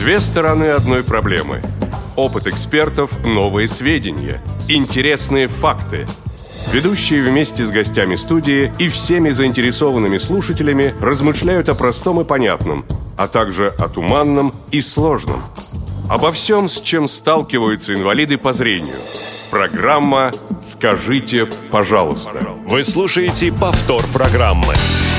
Две стороны одной проблемы. Опыт экспертов, новые сведения, интересные факты. Ведущие вместе с гостями студии и всеми заинтересованными слушателями размышляют о простом и понятном, а также о туманном и сложном. Обо всем, с чем сталкиваются инвалиды по зрению. Программа «Скажите, пожалуйста». Вы слушаете повтор программы.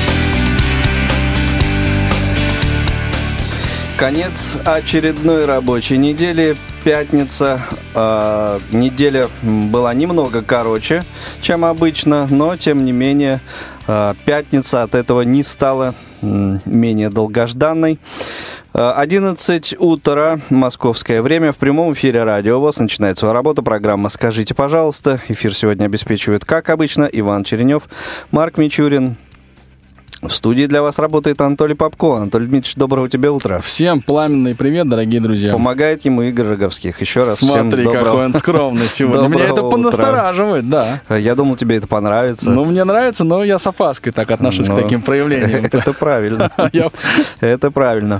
Конец очередной рабочей недели. Пятница. Неделя была немного короче, чем обычно, но, тем не менее, пятница от этого не стала менее долгожданной. 11 утра, московское время, в прямом эфире Радио ВОС начинает свою работу программа «Скажите, пожалуйста». Эфир сегодня обеспечивает, как обычно, Иван Черенев, Марк Мичурин. В студии для вас работает Анатолий Попко. Анатолий Дмитриевич, доброго тебе утра. Всем пламенный привет, дорогие друзья. Помогает ему Игорь Роговских. Еще раз Смотри, всем доброго. какой он скромный сегодня. Меня это понастораживает, да. Я думал, тебе это понравится. Ну, мне нравится, но я с опаской так отношусь к таким проявлениям. Это правильно. Это правильно.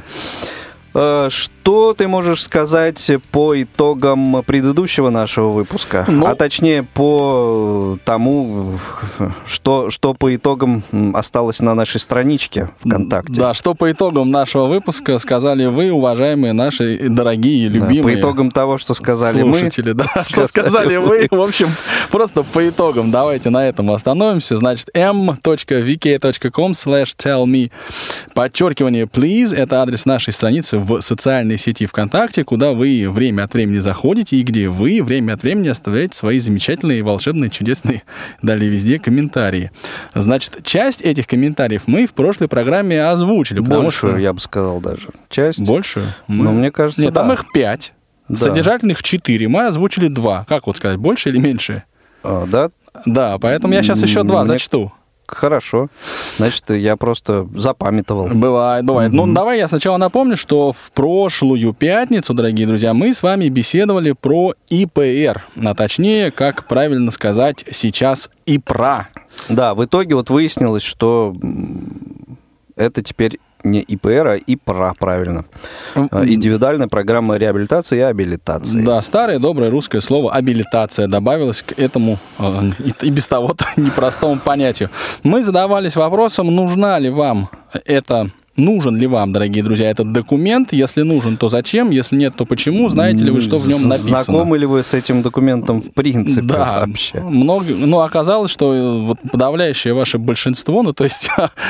Что ты можешь сказать по итогам предыдущего нашего выпуска? А точнее, по тому, что по итогам осталось на нашей страничке ВКонтакте. Да, что по итогам нашего выпуска сказали вы, уважаемые наши дорогие, любимые. Да, по итогам того, что сказали слушатели, мы. Да, что сказали вы. В общем, просто по итогам. Давайте на этом остановимся. Значит, m.vk.com/tellme. Подчеркивание please. Это адрес нашей страницы в социальной сети ВКонтакте, куда вы время от времени заходите и где вы время от времени оставляете свои замечательные, волшебные, чудесные, далее везде комментарии. Значит, часть этих комментариев мы в прошлой программе озвучили. Большую, я бы сказал даже. Часть? Большую? Ну, мне кажется, нет, да. Там их 5. Да. Содержательных 4. Мы озвучили 2. Как вот сказать, больше или меньше? Да? Да, поэтому я сейчас еще 2 зачту. Хорошо. Значит, я просто запамятовал. Бывает. Ну, давай я сначала напомню, что в прошлую пятницу, дорогие друзья, мы с вами беседовали про ИПР. А точнее, как правильно сказать сейчас, ИПРА. Да, в итоге вот выяснилось, что это теперь не ИПР, а ИПРА, правильно. Индивидуальная программа реабилитации и абилитации. Да, старое доброе русское слово «абилитация» добавилось к этому и без того-то непростому понятию. Мы задавались вопросом, нужна ли вам это... Нужен ли вам, дорогие друзья, этот документ? Если нужен, то зачем? Если нет, то почему? Знаете ли вы, что в нем написано? Знакомы ли вы с этим документом в принципе вообще? Оказалось, что вот подавляющее ваше большинство, ну, то есть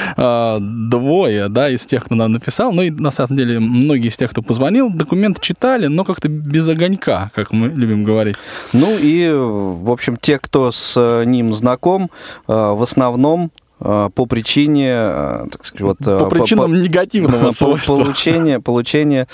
двое, да, из тех, кто нам написал, ну, и на самом деле многие из тех, кто позвонил, документ читали, но как-то без огонька, как мы любим говорить. Ну, и, в общем, те, кто с ним знаком, в основном по причине, так сказать, вот, по причинам негативного свойства. Получения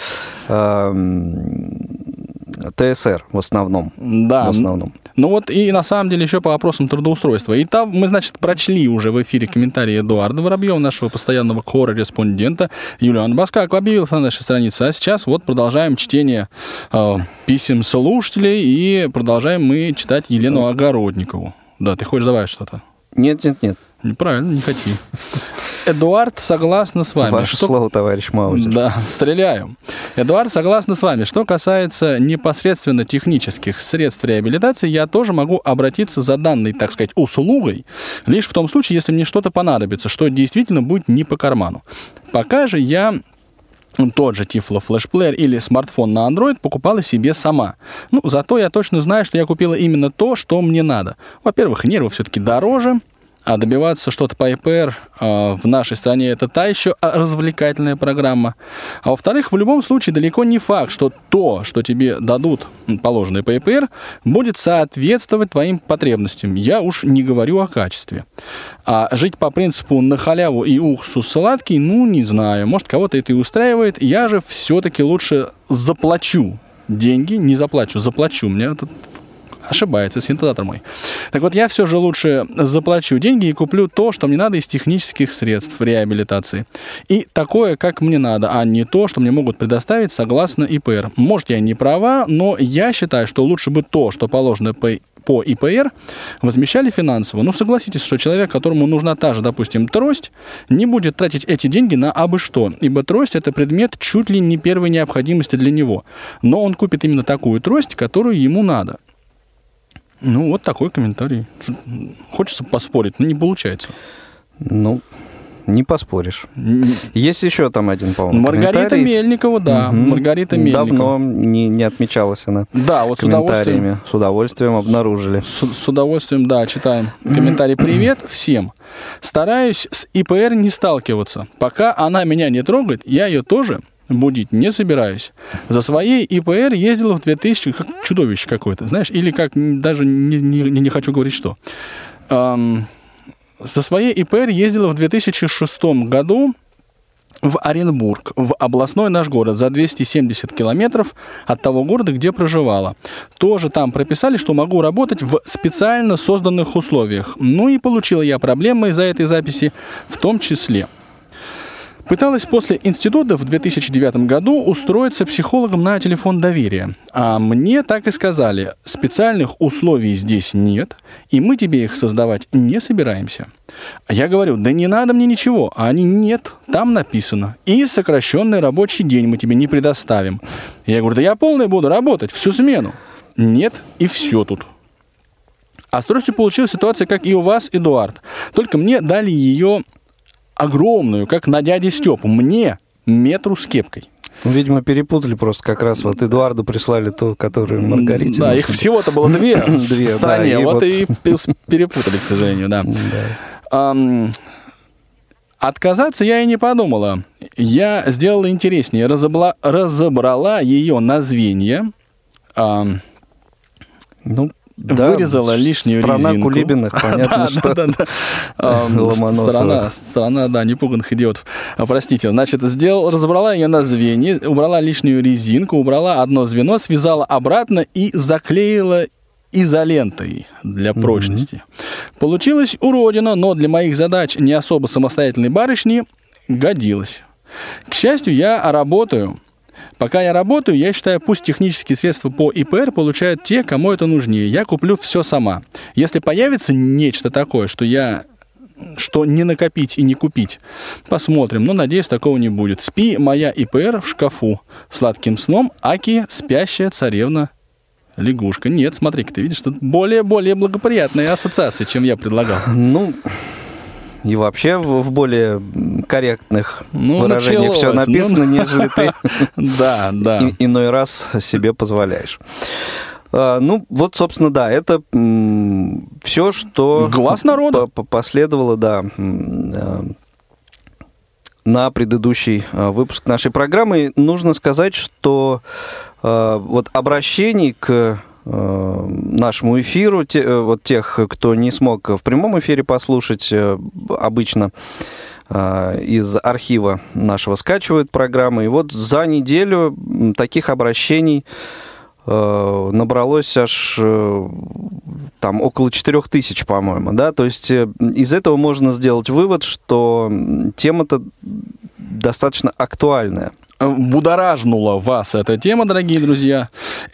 ТСР в основном. Да. В основном. Ну вот и на самом деле еще по вопросам трудоустройства. И там мы, значит, прочли уже в эфире комментарии Эдуарда Воробьева, нашего постоянного корреспондента. Юлиан Баскак объявился на нашей странице. А сейчас вот продолжаем чтение писем слушателей и продолжаем мы читать Елену Огородникову. Да, ты хочешь добавить что-то? Нет. Неправильно, не хоти. Эдуард, согласна с вами. Ваше слово, товарищ Маузер. Да, стреляю. Эдуард, согласна с вами. Что касается непосредственно технических средств реабилитации, я тоже могу обратиться за данной, так сказать, услугой лишь в том случае, если мне что-то понадобится, что действительно будет не по карману. Пока же я тот же Tiflo флешплеер или смартфон на Android покупала себе сама. Ну, зато я точно знаю, что я купила именно то, что мне надо. Во-первых, нервы все-таки дороже, а добиваться что-то по ИПР в нашей стране это та еще развлекательная программа. А во-вторых, в любом случае далеко не факт, что то, что тебе дадут, положенное по ИПР, будет соответствовать твоим потребностям. Я уж не говорю о качестве. А жить по принципу на халяву и уксус сладкий, ну, не знаю. Может, кого-то это и устраивает. Я же все-таки лучше заплачу деньги, не заплачу, заплачу. Мне это... Ошибается синтезатор мой. Так вот, я все же лучше заплачу деньги и куплю то, что мне надо из технических средств реабилитации. И такое, как мне надо, а не то, что мне могут предоставить согласно ИПР. Может, я не права, но я считаю, что лучше бы то, что положено по по ИПР возмещали финансово. Ну, согласитесь, что человек, которому нужна та же, допустим, трость, не будет тратить эти деньги на абы что, ибо трость – это предмет чуть ли не первой необходимости для него. Но он купит именно такую трость, которую ему надо. Ну, вот такой комментарий. Хочется поспорить, но не получается. Ну, не поспоришь. Есть еще там один, по-моему, Маргарита комментарий. Мельникова, да. Угу. Маргарита Мельникова. Давно не отмечалась она. Да, вот комментариями. С удовольствием обнаружили. С удовольствием, да, читаем. Комментарий. Привет всем. Стараюсь с ИПР не сталкиваться. Пока она меня не трогает, я ее тоже будить не собираюсь. За своей ИПР ездила в 2000... Как чудовище какое-то, знаешь? Или как... Даже не хочу говорить, что. За своей ИПР ездила в 2006 году в Оренбург, в областной наш город, за 270 километров от того города, где проживала. Тоже там прописали, что могу работать в специально созданных условиях. Ну и получила я проблемы из-за этой записи в том числе. Пыталась после института в 2009 году устроиться психологом на телефон доверия. А мне так и сказали, специальных условий здесь нет, и мы тебе их создавать не собираемся. Я говорю, да не надо мне ничего. А они, нет, там написано. И сокращенный рабочий день мы тебе не предоставим. Я говорю, да я полный буду работать, всю смену. Нет, и все тут. А с тростью получилась ситуация, как и у вас, Эдуард. Только мне дали ее... огромную, как на дяде Степу. Мне метру с кепкой. Ну, видимо, перепутали просто как раз. Вот Эдуарду прислали ту, которую Маргарите. Да, их всего-то было две в стране. Да, вот и перепутали, к сожалению, да. Отказаться я и не подумала. Я сделала интереснее. Разобрала ее на звенья. Да, вырезала лишнюю страна резинку. Кулибиных, понятно, что Ломоносова. Страна, да, непуганных идиотов. Простите, значит, разобрала ее на звенья, убрала лишнюю резинку, убрала одно звено, связала обратно и заклеила изолентой для прочности. Получилась уродина, но для моих задач не особо самостоятельной барышни годилась. К счастью, я работаю. Пока я работаю, я считаю, пусть технические средства по ИПР получают те, кому это нужнее. Я куплю все сама. Если появится нечто такое, что не накопить и не купить, посмотрим. Но, надеюсь, такого не будет. Спи, моя ИПР в шкафу. Сладким сном, Аки, спящая царевна лягушка. Нет, смотри-ка, ты видишь, тут более благоприятные ассоциации, чем я предлагал. Ну... И вообще в более корректных выражениях все написано, нежели ты иной раз себе позволяешь. Ну, вот, собственно, да, это все, что глаз народа последовало, да, на предыдущий выпуск нашей программы. Нужно сказать, что вот обращений к нашему эфиру, вот тех, кто не смог в прямом эфире послушать, обычно из архива нашего скачивают программы. И вот за неделю таких обращений набралось аж там около 4000, по-моему, да, то есть из этого можно сделать вывод, что тема-то достаточно актуальная. Будоражнула вас эта тема, дорогие друзья.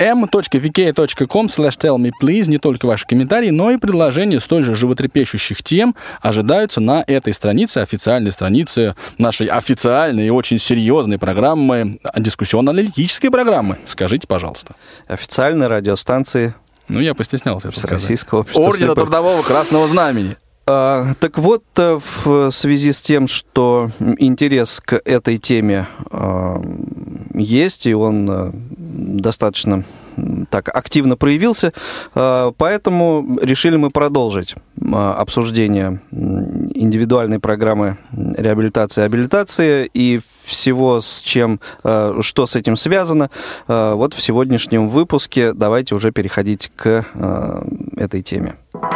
m.vk.com/tellmeplease. Не только ваши комментарии, но и предложения столь же животрепещущих тем ожидаются на этой странице, официальной странице нашей официальной и очень серьезной программы, дискуссионно-аналитической программы. Скажите, пожалуйста. Официальной радиостанции. Ну, я постеснялся это сказать. Российского общества Ордена Трудового Красного Знамени. Так вот, в связи с тем, что интерес к этой теме есть, и он достаточно так активно проявился, поэтому решили мы продолжить обсуждение индивидуальной программы реабилитации и абилитации и всего, что с этим связано. Вот в сегодняшнем выпуске давайте уже переходить к этой теме.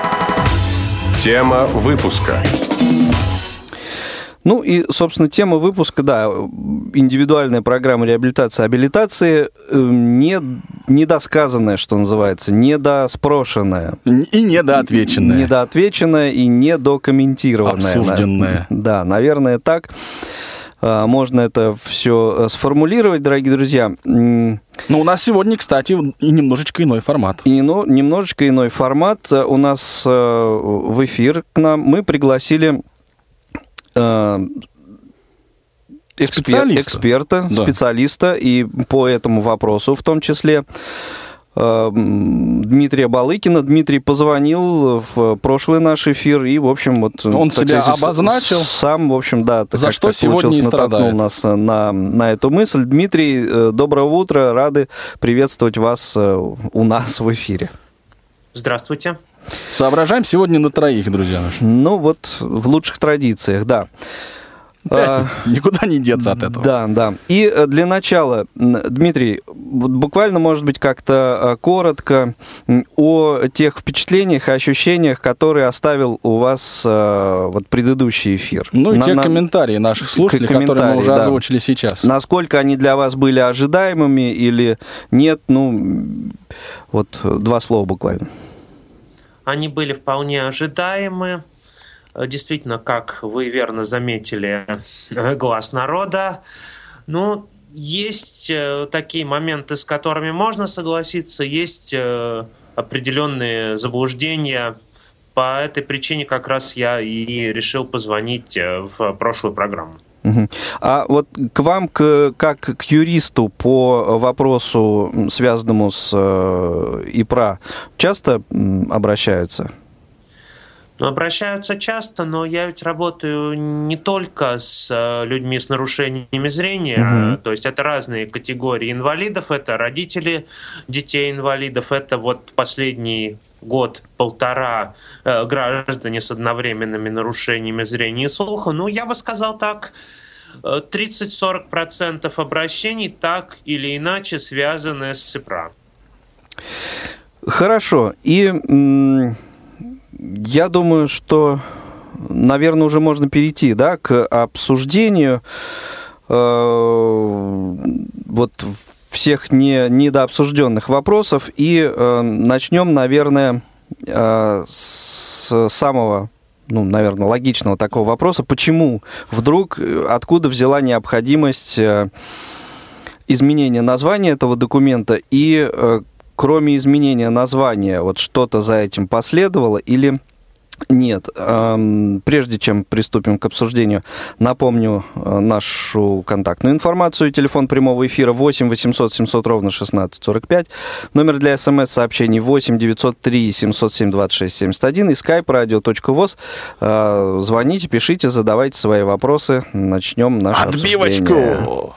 Тема выпуска. Ну и, собственно, тема выпуска, да, индивидуальная программа реабилитации и абилитации, недосказанная, что называется, недоспрошенная. И недоотвеченная. Недоотвеченная и недокомментированная. Обсужденная. Да, наверное, так. можно это все сформулировать, дорогие друзья. Ну, у нас сегодня, кстати, и немножечко иной формат. Немножечко иной формат. У нас в эфир к нам мы пригласили эксперта, да. Специалиста, и по этому вопросу в том числе Дмитрия Балыкина. Дмитрий позвонил в прошлый наш эфир и, в общем, вот... Он себя обозначил. Сам, в общем, да. За что сегодня и страдает. Натолкнул нас на эту мысль. Дмитрий, доброе утро. Рады приветствовать вас у нас в эфире. Здравствуйте. Соображаем сегодня на троих, друзья наши. Ну, вот в лучших традициях, да. Пятница. Никуда не деться от этого. Да. И для начала, Дмитрий, буквально, может быть, как-то коротко о тех впечатлениях и ощущениях, которые оставил у вас вот предыдущий эфир. Ну и те комментарии наших слушателей, которые мы уже озвучили сейчас. Насколько они для вас были ожидаемыми или нет? Ну, вот два слова буквально. Они были вполне ожидаемы. Действительно, как вы верно заметили, глаз народа. Ну, есть такие моменты, с которыми можно согласиться, есть определенные заблуждения. По этой причине как раз я и решил позвонить в прошлую программу. А вот к вам, как к юристу по вопросу, связанному с ИПРА, часто обращаются? Обращаются часто, но я ведь работаю не только с людьми с нарушениями зрения, то есть это разные категории инвалидов, это родители детей-инвалидов, это вот последний год-полтора граждане с одновременными нарушениями зрения и слуха. Ну, я бы сказал так, 30-40% обращений так или иначе связаны с ИПРА. Хорошо. И я думаю, что, наверное, уже можно перейти, да, к обсуждению вот всех недообсужденных вопросов. И начнем, наверное, с самого, наверное, логичного такого вопроса. Почему вдруг, откуда взяла необходимость изменения названия этого документа и кроме изменения названия, вот что-то за этим последовало или нет? Прежде чем приступим к обсуждению, напомню нашу контактную информацию. Телефон прямого эфира 8 800 700 ровно 1645. Номер для смс-сообщений 8 903 707 26 71. И skype radio.voz. Звоните, пишите, задавайте свои вопросы. Начнем наше обсуждение. Отбивочку!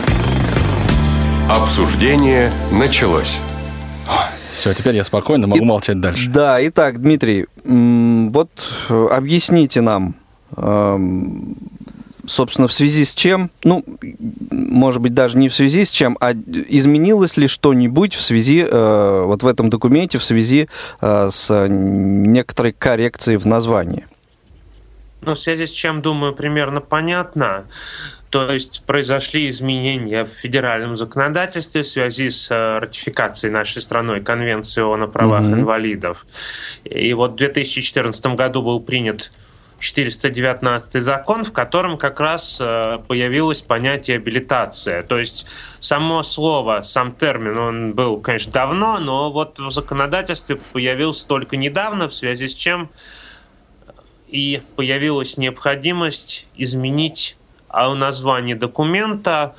Обсуждение началось. Все, теперь я спокойно могу молчать дальше. Да, итак, Дмитрий, вот объясните нам, собственно, в связи с чем, может быть, даже не в связи с чем, а изменилось ли что-нибудь в связи, вот в этом документе, в связи с некоторой коррекцией в названии? В связи с чем, думаю, примерно понятно. То есть произошли изменения в федеральном законодательстве в связи с ратификацией нашей страной Конвенции ООН о правах инвалидов. И вот в 2014 году был принят 419 закон, в котором как раз появилось понятие абилитация. То есть само слово, сам термин, он был, конечно, давно, но вот в законодательстве появился только недавно, в связи с чем и появилась необходимость изменить название документа.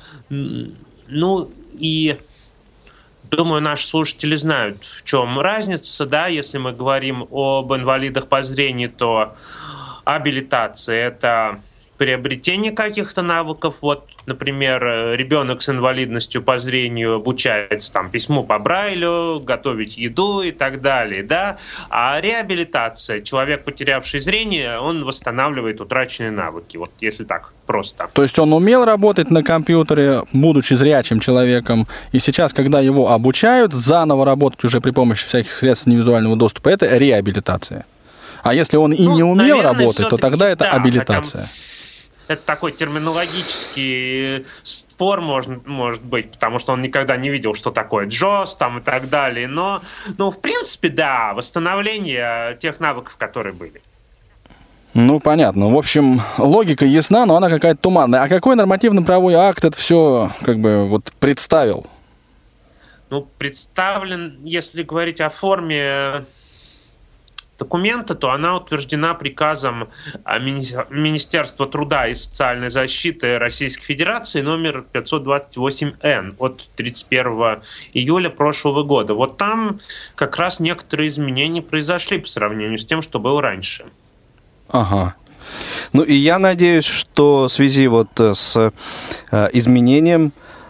И думаю, наши слушатели знают, в чем разница. Да? Если мы говорим об инвалидах по зрению, то абилитация – это приобретение каких-то навыков. Вот, например, ребенок с инвалидностью по зрению обучается письму по Брайлю, готовить еду и так далее. Да? А реабилитация – человек, потерявший зрение, он восстанавливает утраченные навыки. Вот если так просто. То есть он умел работать на компьютере, будучи зрячим человеком, и сейчас, когда его обучают, заново работать уже при помощи всяких средств невизуального доступа – это реабилитация. А если он и не умел работать, то тогда это абилитация. Это такой терминологический спор может быть, потому что он никогда не видел, что такое JAWS и так далее. Но в принципе, да, восстановление тех навыков, которые были. Ну, понятно. В общем, логика ясна, но она какая-то туманная. А какой нормативно-правовой акт это все представил? Ну, представлен, если говорить о форме документа, то она утверждена приказом Министерства труда и социальной защиты Российской Федерации номер 528-Н от 31 июля прошлого года. Вот там как раз некоторые изменения произошли по сравнению с тем, что было раньше. Ага. Ну и я надеюсь, что в связи с изменением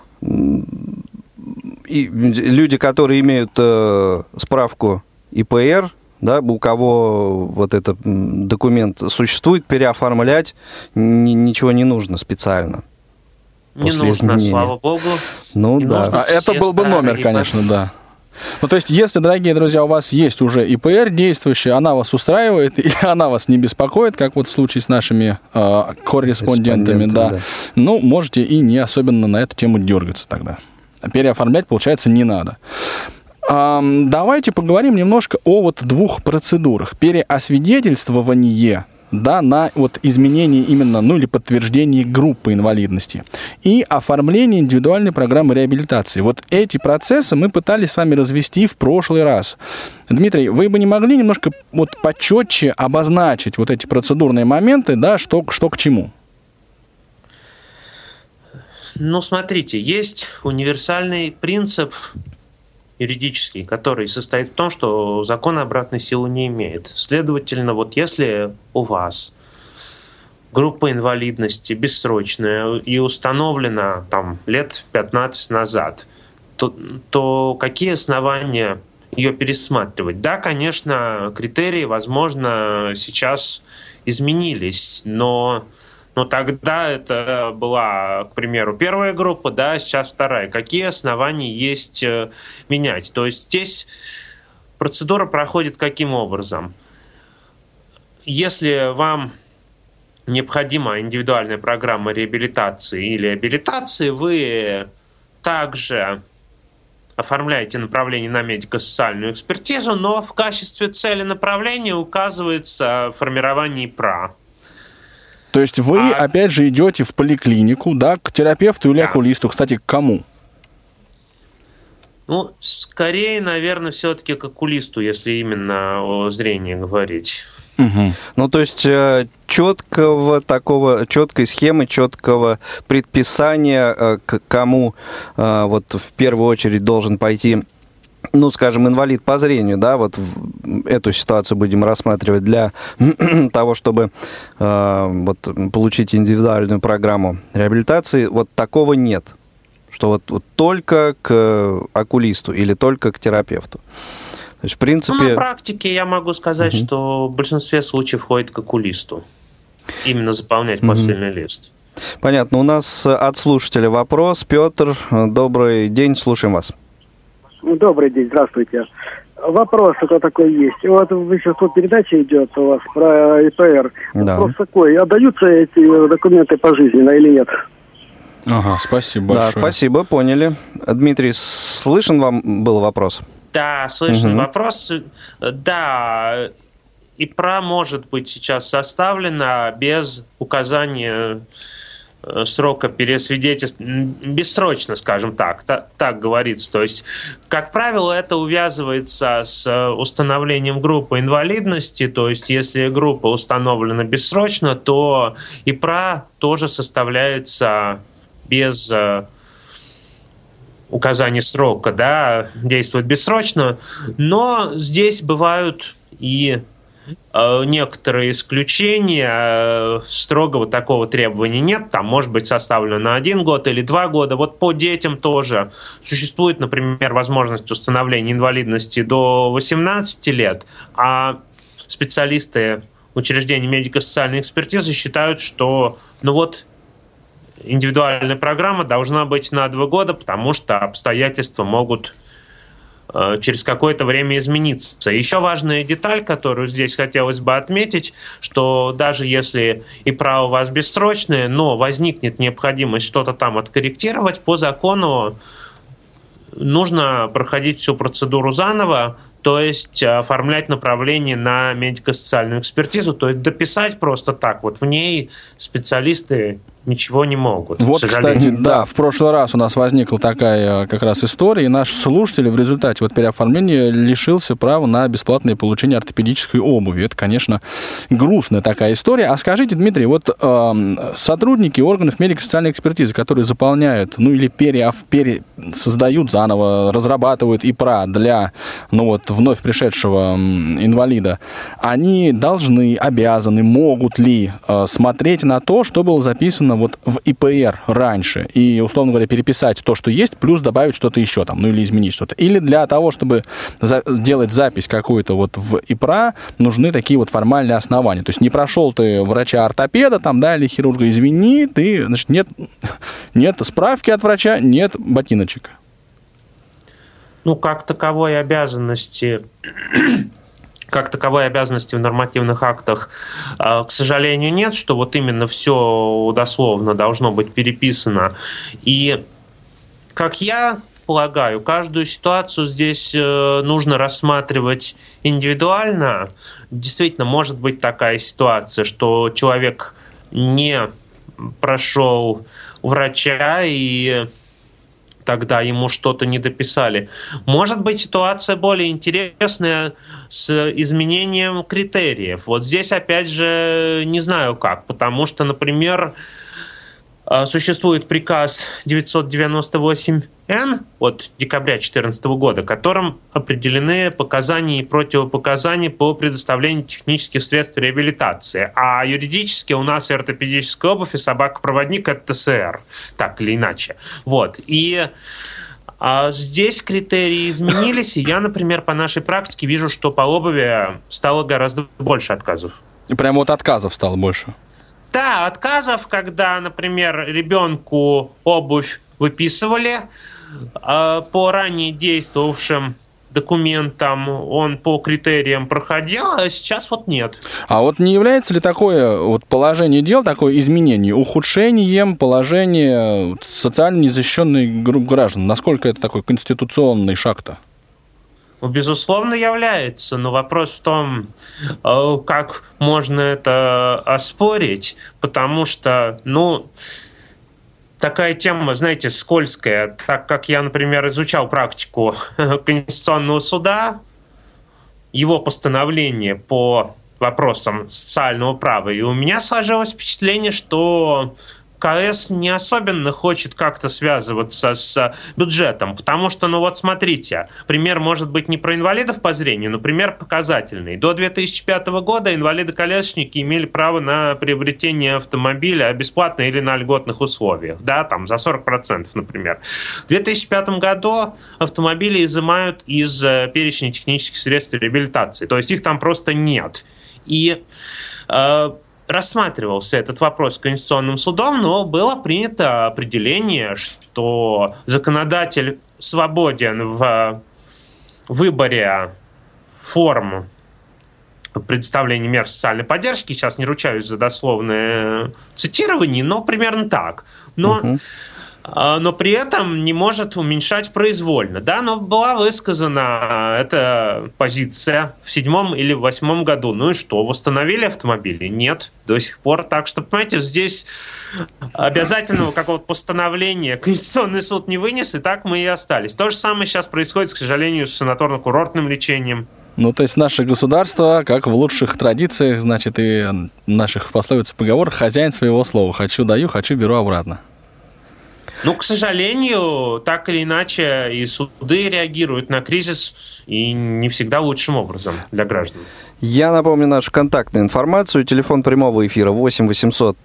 люди, которые имеют справку ИПР, да, у кого этот документ существует, переоформлять ничего не нужно специально. Не нужно, слава богу. Ну да. Нужно. Это был бы номер, конечно, да. Ну, то есть, если, дорогие друзья, у вас есть уже ИПР действующая, она вас устраивает, или она вас не беспокоит, как вот в случае с нашими корреспондентами, да, ну, можете и не особенно на эту тему дергаться тогда. Переоформлять, получается, не надо. Давайте поговорим немножко о двух процедурах. Переосвидетельствование, да, на изменение именно, или подтверждение группы инвалидности и оформление индивидуальной программы реабилитации. Вот эти процессы мы пытались с вами развести в прошлый раз. Дмитрий, вы бы не могли немножко почетче обозначить эти процедурные моменты, да, что к чему? Ну, смотрите, есть универсальный принцип юридический, который состоит в том, что закон обратной силы не имеет. Следовательно, если у вас группа инвалидности бессрочная и установлена лет 15 назад, то какие основания ее пересматривать? Да, конечно, критерии, возможно, сейчас изменились, но тогда это была, к примеру, первая группа, да, сейчас вторая. Какие основания есть менять? То есть здесь процедура проходит каким образом? Если вам необходима индивидуальная программа реабилитации или абилитации, вы также оформляете направление на медико-социальную экспертизу, но в качестве цели направления указывается формирование ИПРА. То есть вы, опять же, идете в поликлинику, да, к терапевту или окулисту. Кстати, к кому? Ну, скорее, наверное, все-таки к окулисту, если именно о зрении говорить. Угу. Ну, то есть четкой схемы, четкого предписания, к кому в первую очередь должен пойти, скажем, инвалид по зрению, да, эту ситуацию будем рассматривать для того, чтобы получить индивидуальную программу реабилитации, такого нет, что только к окулисту или только к терапевту. То есть, в принципе... на практике я могу сказать, что в большинстве случаев ходит к окулисту. Именно заполнять посыльный лист. Понятно. У нас от слушателя вопрос. Петр, добрый день, слушаем вас. Добрый день, здравствуйте. Вопрос такой есть. Вы сейчас передача идет у вас про ИПР. Да. Вопрос такой, отдаются эти документы пожизненно или нет? Ага, спасибо большое. Да, спасибо, поняли. Дмитрий, слышен вам был вопрос? Да, слышен вопрос. Да, ИПРА может быть сейчас составлена без указания срока пересвидетельства, бессрочно, скажем так говорится. То есть, как правило, это увязывается с установлением группы инвалидности, то есть, если группа установлена бессрочно, то ИПРА тоже составляется без указания срока, да, действует бессрочно, но здесь бывают и некоторые исключения, строгого такого требования нет, там может быть составлено на 1 год или 2 года. По детям тоже существует, например, возможность установления инвалидности до 18 лет, а специалисты учреждений медико-социальной экспертизы считают, что индивидуальная программа должна быть на 2 года, потому что обстоятельства могут через какое-то время измениться. Еще важная деталь, которую здесь хотелось бы отметить, что даже если ИПРА у вас бессрочное, но возникнет необходимость что-то там откорректировать, по закону нужно проходить всю процедуру заново, то есть оформлять направление на медико-социальную экспертизу, то есть дописать просто так. Вот в ней специалисты ничего не могут. Вот, кстати, да, в прошлый раз у нас возникла такая как раз история, и наш слушатель в результате вот переоформления лишился права на бесплатное получение ортопедической обуви. Это, конечно, грустная такая история. А скажите, Дмитрий, вот сотрудники органов медико-социальной экспертизы, которые заполняют, ну или создают заново, разрабатывают ИПРА для, ну вот, вновь пришедшего инвалида, они должны, обязаны, могут ли смотреть на то, что было записано вот в ИПР раньше, и, условно говоря, переписать то, что есть, плюс добавить что-то еще там, ну или изменить что-то. Или для того, чтобы сделать запись какую-то вот в ИПРА, нужны такие вот формальные основания. То есть не прошел ты врача-ортопеда там, да, или хирурга, извини, ты, значит, нет справки от врача, нет ботиночек. Ну, как таковой обязанности в нормативных актах, к сожалению, нет, что вот именно все дословно должно быть переписано. И, как я полагаю, каждую ситуацию здесь нужно рассматривать индивидуально. Действительно, может быть такая ситуация, что человек не прошел врача и тогда ему что-то не дописали. Может быть, ситуация более интересная с изменением критериев. Вот здесь, опять же, не знаю как, потому что, например, существует приказ 998-Н от декабря 2014 года, которым определены показания и противопоказания по предоставлению технических средств реабилитации. А юридически у нас и ортопедическая обувь, и собака-проводник – это ТСР, так или иначе. Вот. И здесь критерии изменились, и я, например, по нашей практике вижу, что по обуви стало гораздо больше отказов. И прямо вот отказов стало больше? Да, отказов, когда, например, ребенку обувь выписывали по ранее действовавшим документам, он по критериям проходил, а сейчас вот нет. А вот не является ли такое вот положение дел, такое изменение, ухудшением положения социально незащищенных групп граждан? Насколько это такой конституционный шаг-то? Безусловно, является, но вопрос в том, как можно это оспорить, потому что, такая тема, знаете, скользкая. Так как я, например, изучал практику Конституционного суда, его постановление по вопросам социального права, и у меня сложилось впечатление, что КС не особенно хочет как-то связываться с бюджетом, потому что, смотрите, пример может быть не про инвалидов по зрению, но пример показательный. До 2005 года инвалиды-колясочники имели право на приобретение автомобиля бесплатно или на льготных условиях, да, там за 40%, например. В 2005 году автомобили изымают из перечня технических средств реабилитации, то есть их там просто нет. И рассматривался этот вопрос Конституционным судом, но было принято определение, что законодатель свободен в выборе форм предоставления мер социальной поддержки. Сейчас не ручаюсь за дословное цитирование, но примерно так. Но при этом не может уменьшать произвольно. Да, но была высказана эта позиция в 2007 или 2008 году. Ну и что, восстановили автомобили? Нет, до сих пор. Так что, понимаете, здесь обязательного какого-то постановления Конституционный суд не вынес, и так мы и остались. То же самое сейчас происходит, к сожалению, с санаторно-курортным лечением. То есть наше государство, как в лучших традициях, значит, и наших пословиц и поговорок, хозяин своего слова. Хочу даю, хочу беру обратно. К сожалению, так или иначе и суды реагируют на кризис, и не всегда лучшим образом для граждан. Я напомню нашу контактную информацию. Телефон прямого эфира 8 800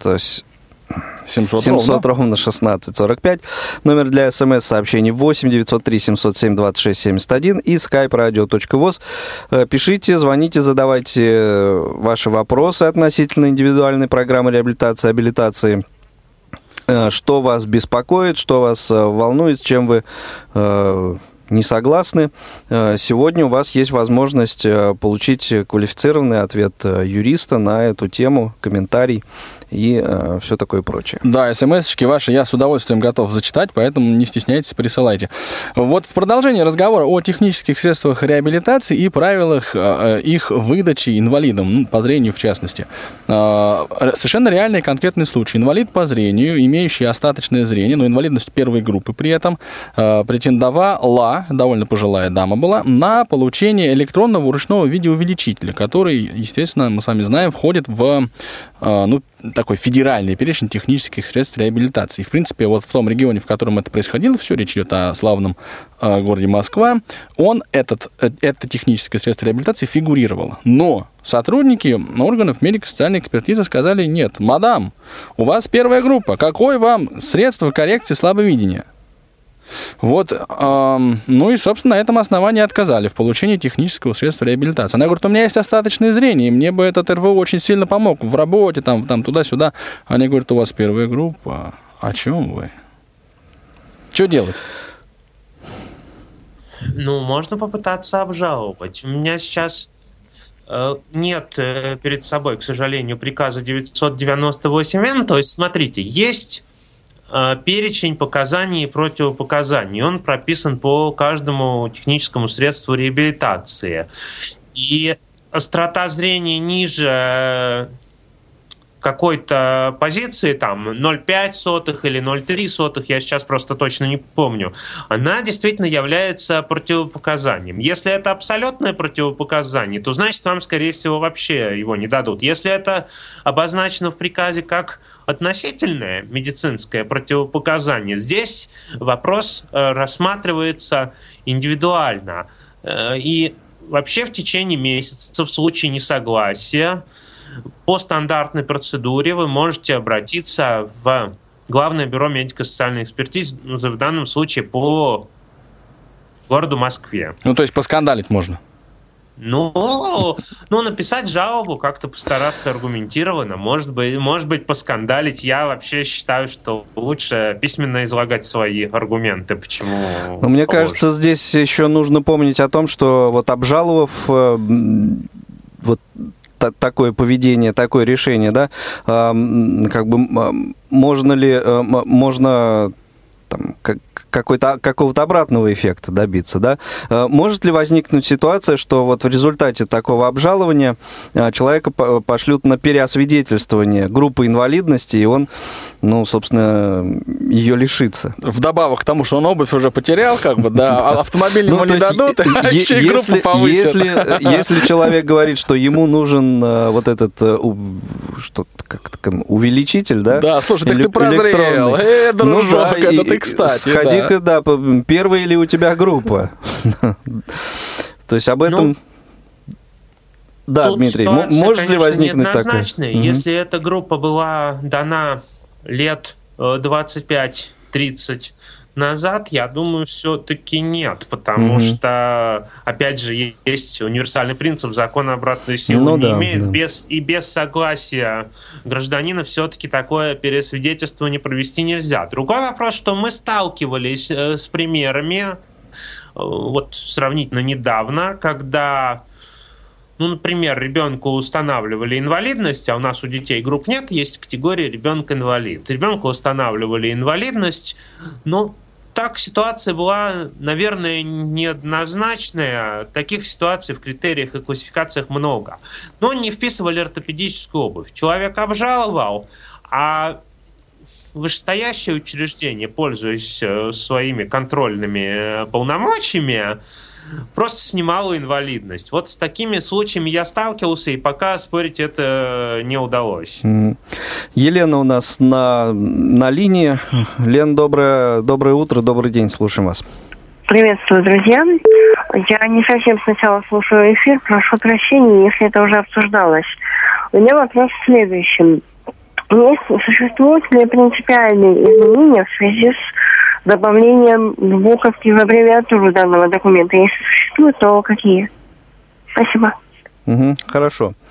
700 ровно 1645. Номер для СМС-сообщений 8 903 707 26 71 и skype-radio.voz. Пишите, звоните, задавайте ваши вопросы относительно индивидуальной программы реабилитации, абилитации. Что вас беспокоит, что вас волнует, с чем вы не согласны, сегодня у вас есть возможность получить квалифицированный ответ юриста на эту тему, комментарий и все такое прочее. Да, смс-очки ваши я с удовольствием готов зачитать, поэтому не стесняйтесь, присылайте. Вот в продолжение разговора о технических средствах реабилитации и правилах их выдачи инвалидам, по зрению в частности. Совершенно реальный конкретный случай. Инвалид по зрению, имеющий остаточное зрение, но инвалидность первой группы при этом, претендовала, довольно пожилая дама была, на получение электронного ручного видеоувеличителя, который, естественно, мы сами знаем, входит в такой федеральный перечень технических средств реабилитации. В принципе, вот в том регионе, в котором это происходило, все, речь идет о славном городе Москва, это техническое средство реабилитации фигурировало. Но сотрудники органов медико-социальной экспертизы сказали: нет, мадам, у вас первая группа, какое вам средство коррекции слабовидения? Вот, ну и, собственно, на этом основании отказали в получении технического средства реабилитации. Она говорит: у меня есть остаточное зрение, и мне бы этот РВО очень сильно помог в работе, там туда-сюда. Они говорят: у вас первая группа, о чем вы? Что делать? Ну, можно попытаться обжаловать. У меня сейчас нет перед собой, к сожалению, приказа 998Н. То есть, смотрите, есть перечень показаний и противопоказаний. Он прописан по каждому техническому средству реабилитации. И острота зрения ниже какой-то позиции, там 0,5 или 0,3, я сейчас просто точно не помню, она действительно является противопоказанием. Если это абсолютное противопоказание, то значит вам, скорее всего, вообще его не дадут. Если это обозначено в приказе как относительное медицинское противопоказание, здесь вопрос рассматривается индивидуально. И вообще в течение месяца в случае несогласия по стандартной процедуре вы можете обратиться в Главное бюро медико-социальной экспертизы, в данном случае по городу Москве. Ну, то есть поскандалить можно? Ну, написать жалобу, как-то постараться аргументированно, может быть, поскандалить. Я вообще считаю, что лучше письменно излагать свои аргументы. Почему? Но мне кажется, здесь еще нужно помнить о том, что вот обжаловав вот такое поведение, такое решение, да, как бы можно там, какого-то обратного эффекта добиться, да? Может ли возникнуть ситуация, что вот в результате такого обжалования человека пошлют на переосвидетельствование группы инвалидности, и он, собственно, ее лишится? Вдобавок к тому, что он обувь уже потерял, как бы, да, автомобиль ему не дадут, а еще и группу повысят. Если человек говорит, что ему нужен вот этот увеличитель, да? Да, слушай, так ты прозрел. Дружок, это ты, кстати. Сходи-ка, да, первая ли у тебя группа? То есть об этом... Да, Дмитрий, может ли возникнуть такое? Если эта группа была дана лет 25-30 назад, я думаю, все-таки нет, потому что, опять же, есть универсальный принцип закона обратной силы не имеет. Без согласия гражданина все-таки такое пересвидетельствование провести нельзя. Другой вопрос, что мы сталкивались с примерами вот сравнительно недавно, когда, например, ребенку устанавливали инвалидность, а у нас у детей групп нет, есть категория ребенок-инвалид. Ребенку устанавливали инвалидность, так ситуация была, наверное, неоднозначная. Таких ситуаций в критериях и классификациях много. Но не вписывали ортопедическую обувь. Человек обжаловал, а вышестоящее учреждение, пользуясь своими контрольными полномочиями, просто снимало инвалидность. Вот с такими случаями я сталкивался, и пока спорить это не удалось. Елена у нас на линии. Лен, доброе утро, добрый день, слушаем вас. Приветствую, друзья. Я не совсем сначала слушаю эфир, прошу прощения, если это уже обсуждалось. У меня вопрос в следующем. Существуют ли принципиальные изменения в связи с добавлением буковки в аббревиатуру данного документа? Если существуют, то какие? Спасибо. Хорошо.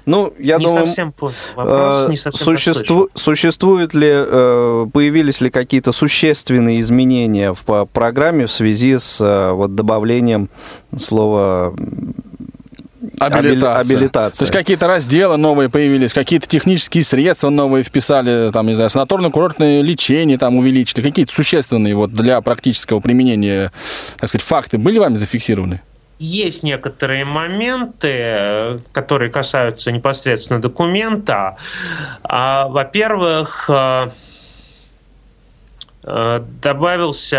Ну, я думаю, совсем понял. Вопрос не совсем существуют ли, появились ли какие-то существенные изменения в программе в связи с добавлением слова абилитация? То есть какие-то разделы новые появились, какие-то технические средства новые вписали, там, не знаю, санаторно-курортное лечение там увеличили, какие-то существенные для практического применения, так сказать, факты были вами зафиксированы? Есть некоторые моменты, которые касаются непосредственно документа. Во-первых, добавилась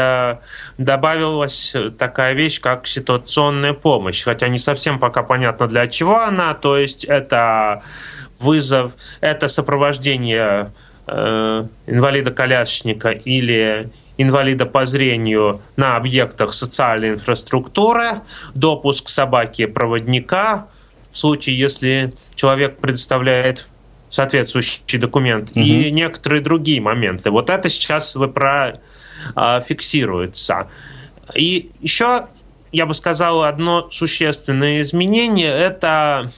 такая вещь, как ситуационная помощь, хотя не совсем пока понятно, для чего она. То есть это вызов, это сопровождение инвалида-колясочника или инвалида по зрению на объектах социальной инфраструктуры, допуск собаки-проводника в случае, если человек предоставляет соответствующий документ, и некоторые другие моменты. Вот это сейчас фиксируется. И еще, я бы сказал, одно существенное изменение – это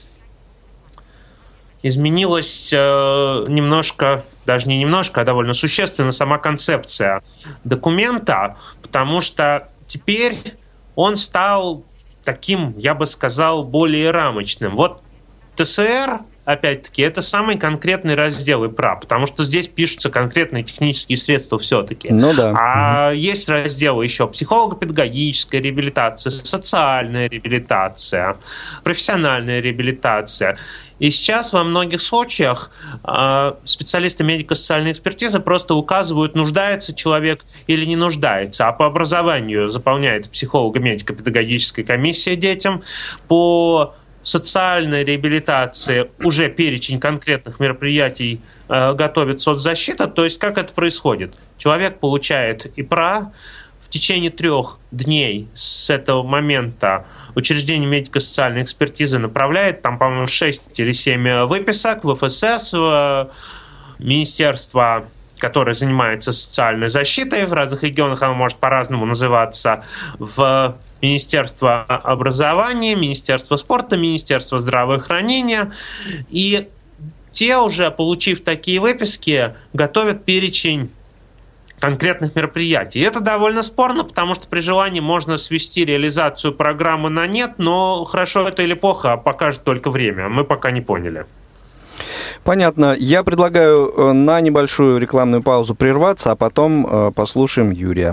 изменилась немножко, даже не немножко, а довольно существенно сама концепция документа, потому что теперь он стал таким, я бы сказал, более рамочным. Вот ТСР, опять-таки, это самый конкретный раздел ИПРА, потому что здесь пишутся конкретные технические средства все-таки. Ну да. А есть разделы еще психолого-педагогическая реабилитация, социальная реабилитация, профессиональная реабилитация. И сейчас во многих случаях специалисты медико-социальной экспертизы просто указывают, нуждается человек или не нуждается. А по образованию заполняет психолого-медико-педагогическая комиссия детям, по социальной реабилитации уже перечень конкретных мероприятий готовит соцзащита. То есть как это происходит? Человек получает ИПРА, в течение 3 дней с этого момента учреждение медико-социальной экспертизы направляет, там, по-моему, 6 или 7 выписок в ФСС, в Министерство, которое занимается социальной защитой. В разных регионах оно может по-разному называться. В Министерство образования, Министерство спорта, Министерство здравоохранения. И те уже, получив такие выписки, готовят перечень конкретных мероприятий. И это довольно спорно, потому что при желании можно свести реализацию программы на нет, но хорошо это или плохо покажет только время. Мы пока не поняли. Понятно. Я предлагаю на небольшую рекламную паузу прерваться, а потом послушаем Юрия.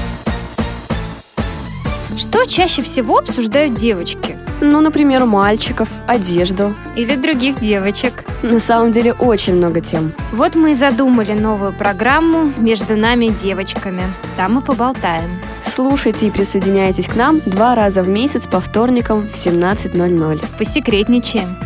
Что чаще всего обсуждают девочки? Ну, например, мальчиков, одежду. Или других девочек. На самом деле очень много тем. Вот мы и задумали новую программу «Между нами девочками». Там мы поболтаем. Слушайте и присоединяйтесь к нам 2 раза в месяц по вторникам в 17:00. Посекретничаем.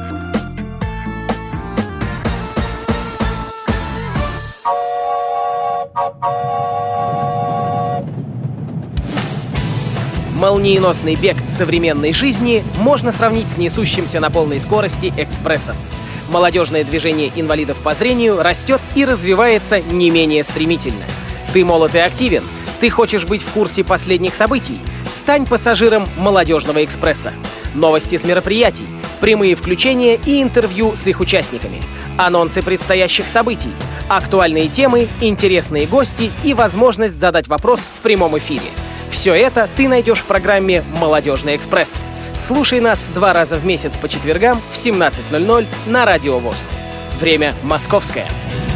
Молниеносный бег современной жизни можно сравнить с несущимся на полной скорости экспрессом. Молодежное движение инвалидов по зрению растет и развивается не менее стремительно. Ты молод и активен? Ты хочешь быть в курсе последних событий? Стань пассажиром «Молодежного экспресса». Новости с мероприятий, прямые включения и интервью с их участниками, анонсы предстоящих событий, актуальные темы, интересные гости и возможность задать вопрос в прямом эфире. Все это ты найдешь в программе «Молодежный экспресс». Слушай нас 2 раза в месяц по четвергам в 17:00 на Радио ВОС. Время московское.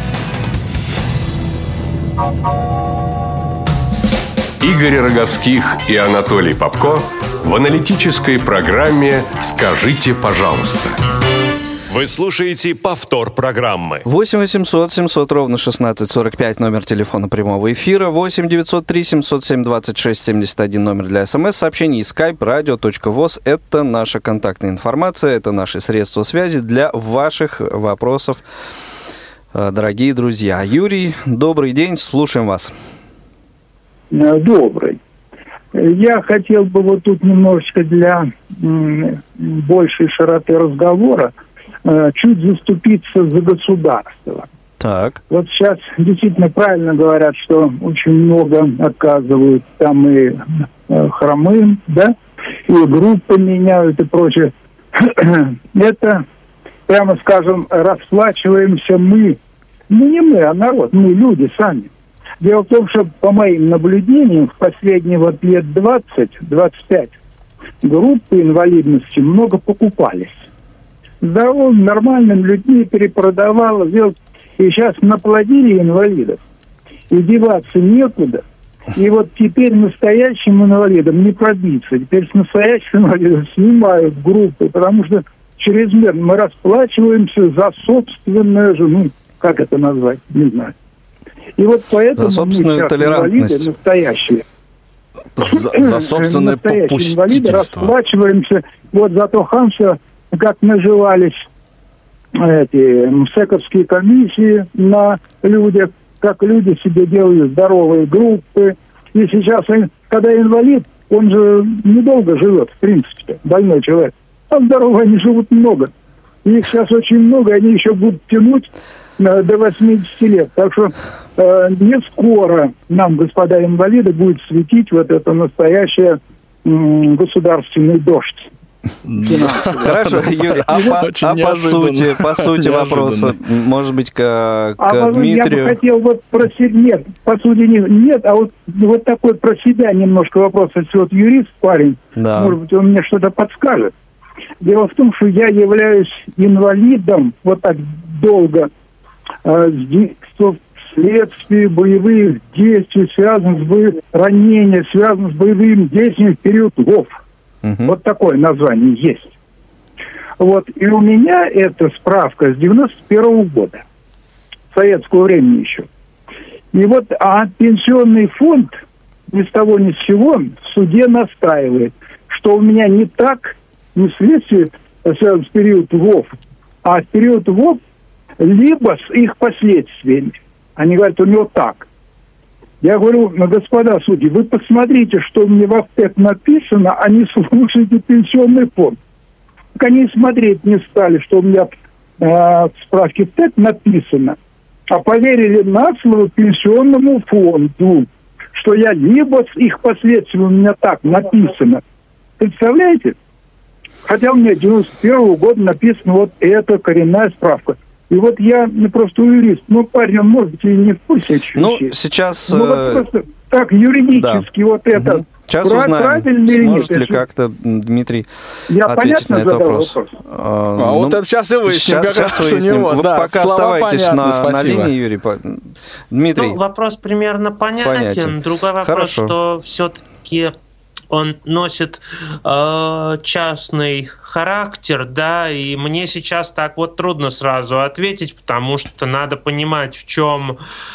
Игорь Роговских и Анатолий Попко в аналитической программе «Скажите, пожалуйста». Вы слушаете повтор программы. 8 800 700 ровно 1645 номер телефона прямого эфира. 8 903 707 26 71 номер для смс-сообщений. И skype radio.voz. Это наша контактная информация, это наши средства связи для ваших вопросов, дорогие друзья. Юрий, добрый день, слушаем вас. Добрый. Я хотел бы вот тут немножечко для большей широты разговора чуть заступиться за государство. Так. Вот сейчас действительно правильно говорят, что очень много отказывают там и хромым, да, и группы меняют и прочее. Это прямо скажем, расплачиваемся мы. Ну, не мы, а народ, мы, люди сами. Дело в том, что, по моим наблюдениям, в последние вот лет 20-25 группы инвалидности много покупались. Здоровым, нормальным людьми перепродавалось. И сейчас наплодили инвалидов. И деваться некуда. И вот теперь настоящим инвалидам не пробиться. Теперь с настоящих инвалидов снимают группы, потому что чрезмерно мы расплачиваемся за собственную же, ну, как это назвать, не знаю. И вот поэтому за собственную толерантность. Настоящие. За собственное попустительство. Инвалиды расплачиваемся вот за то хамство, как наживались эти МСЭКовские комиссии на людях, как люди себе делают здоровые группы. И сейчас, когда инвалид, он же недолго живет, в принципе, больной человек. А здоровые они живут много. И их сейчас очень много, они еще будут тянуть до 80 лет. Так что не скоро нам, господа инвалиды, будет светить вот это настоящее государственный дождь. Хорошо, Юрий, по сути вопроса, может быть, к Дмитрию. Я бы хотел вот про себя, нет, по сути нет, а вот такой про себя немножко вопрос. Если вот юрист парень, может быть, он мне что-то подскажет. Дело в том, что я являюсь инвалидом вот так долго с детства, вследствие боевых действий, связанных с ранением, связанных с боевым действием в период ВОВ. Вот такое название есть. Вот. И у меня эта справка с 91-го года, советского времени еще. И вот пенсионный фонд ни с того ни с сего в суде настаивает, что у меня не так, не вследствие связан с период ВОВ, а в период ВОВ либо с их последствиями. Они говорят, у него так. Я говорю, господа судьи, вы посмотрите, что мне в АФТЭК написано, а не слушайте пенсионный фонд. Так они смотреть не стали, что у меня в справке ТЭК написано, а поверили на слово пенсионному фонду, что я либо с их последствиями, у меня так написано. Представляете? Хотя у меня 91-го года написано вот эта коренная справка. И вот я просто юрист, парень, он, может быть, и не в курсе. Сейчас... вот просто так юридически вот это... Сейчас узнаем, сможет ли как-то Дмитрий ответить на этот вопрос. Вот это сейчас и выясним, как раз у него. Вот пока оставайтесь на линии, Юрий. Дмитрий. Вопрос примерно понятен. Другой вопрос, что все-таки... он носит частный характер, да, и мне сейчас так вот трудно сразу ответить, потому что надо понимать, в чем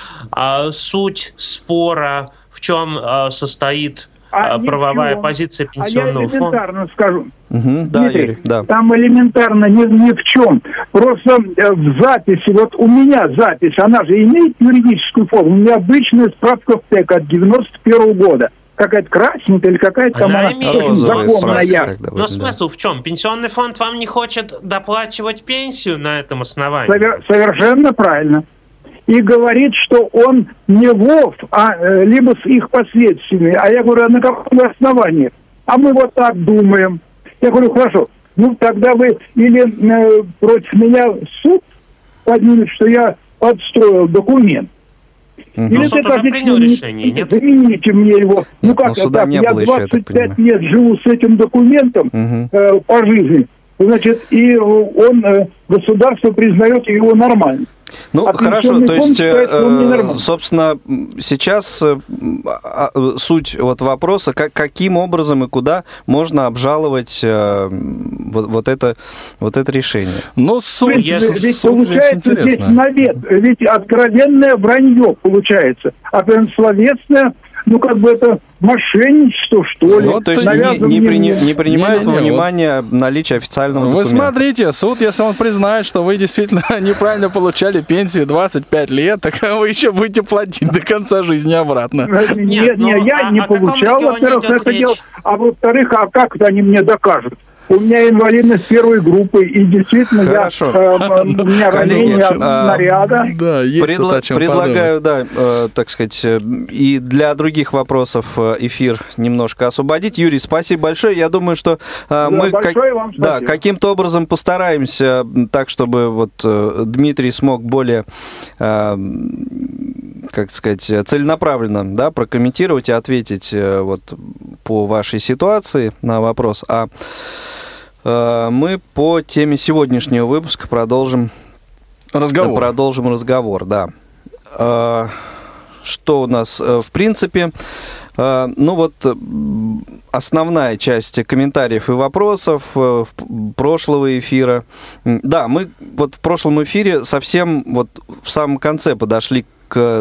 суть спора, в чем состоит правовая позиция пенсионного фонда. Я элементарно скажу. Дмитрий, Юрий, да. Там элементарно ни в чем. Просто в записи, вот у меня запись, она же имеет юридическую форму. У меня обычная справка в ТЭК от 91-го года. Какая-то красненькая или какая-то там она законная. Но смысл в чем? Пенсионный фонд вам не хочет доплачивать пенсию на этом основании? Совершенно правильно. И говорит, что он не ВОВ, а либо с их последствиями. А я говорю, а на каком основании? А мы вот так думаем. Я говорю, хорошо, тогда вы или против меня суд поднимет, что я подстроил документ. Или суд уже принял решение, нет? Замените мне его. Как это так? Я 25 лет живу с этим документом по жизни. Значит, и государство признает его нормально. Хорошо, то есть, собственно, сейчас суть вот вопроса, каким образом и куда можно обжаловать вот это решение. Ведь получается здесь навет, ведь откровенное вранье получается, а прям словесное, это мошенничество, что ли. То есть не принимают во внимание наличие официального документа. Вы смотрите, суд, если он признает, что вы действительно неправильно получали пенсию 25 лет, так вы еще будете платить до конца жизни обратно. Нет, я не получал, во-первых, это дело. А во-вторых, как это они мне докажут? У меня инвалидность первой группы, и действительно у меня ранение от снаряда. Да, предлагаю, так сказать, и для других вопросов эфир немножко освободить. Юрий, спасибо большое. Я думаю, что мы каким-то образом постараемся так, чтобы вот Дмитрий смог более, как сказать, целенаправленно, прокомментировать и ответить вот по вашей ситуации на вопрос. А мы по теме сегодняшнего выпуска продолжим разговор, да. Что у нас? В принципе, основная часть комментариев и вопросов прошлого эфира. Да, мы вот в прошлом эфире совсем вот в самом конце подошли к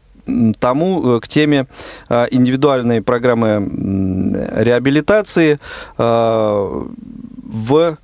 теме индивидуальной программы реабилитации в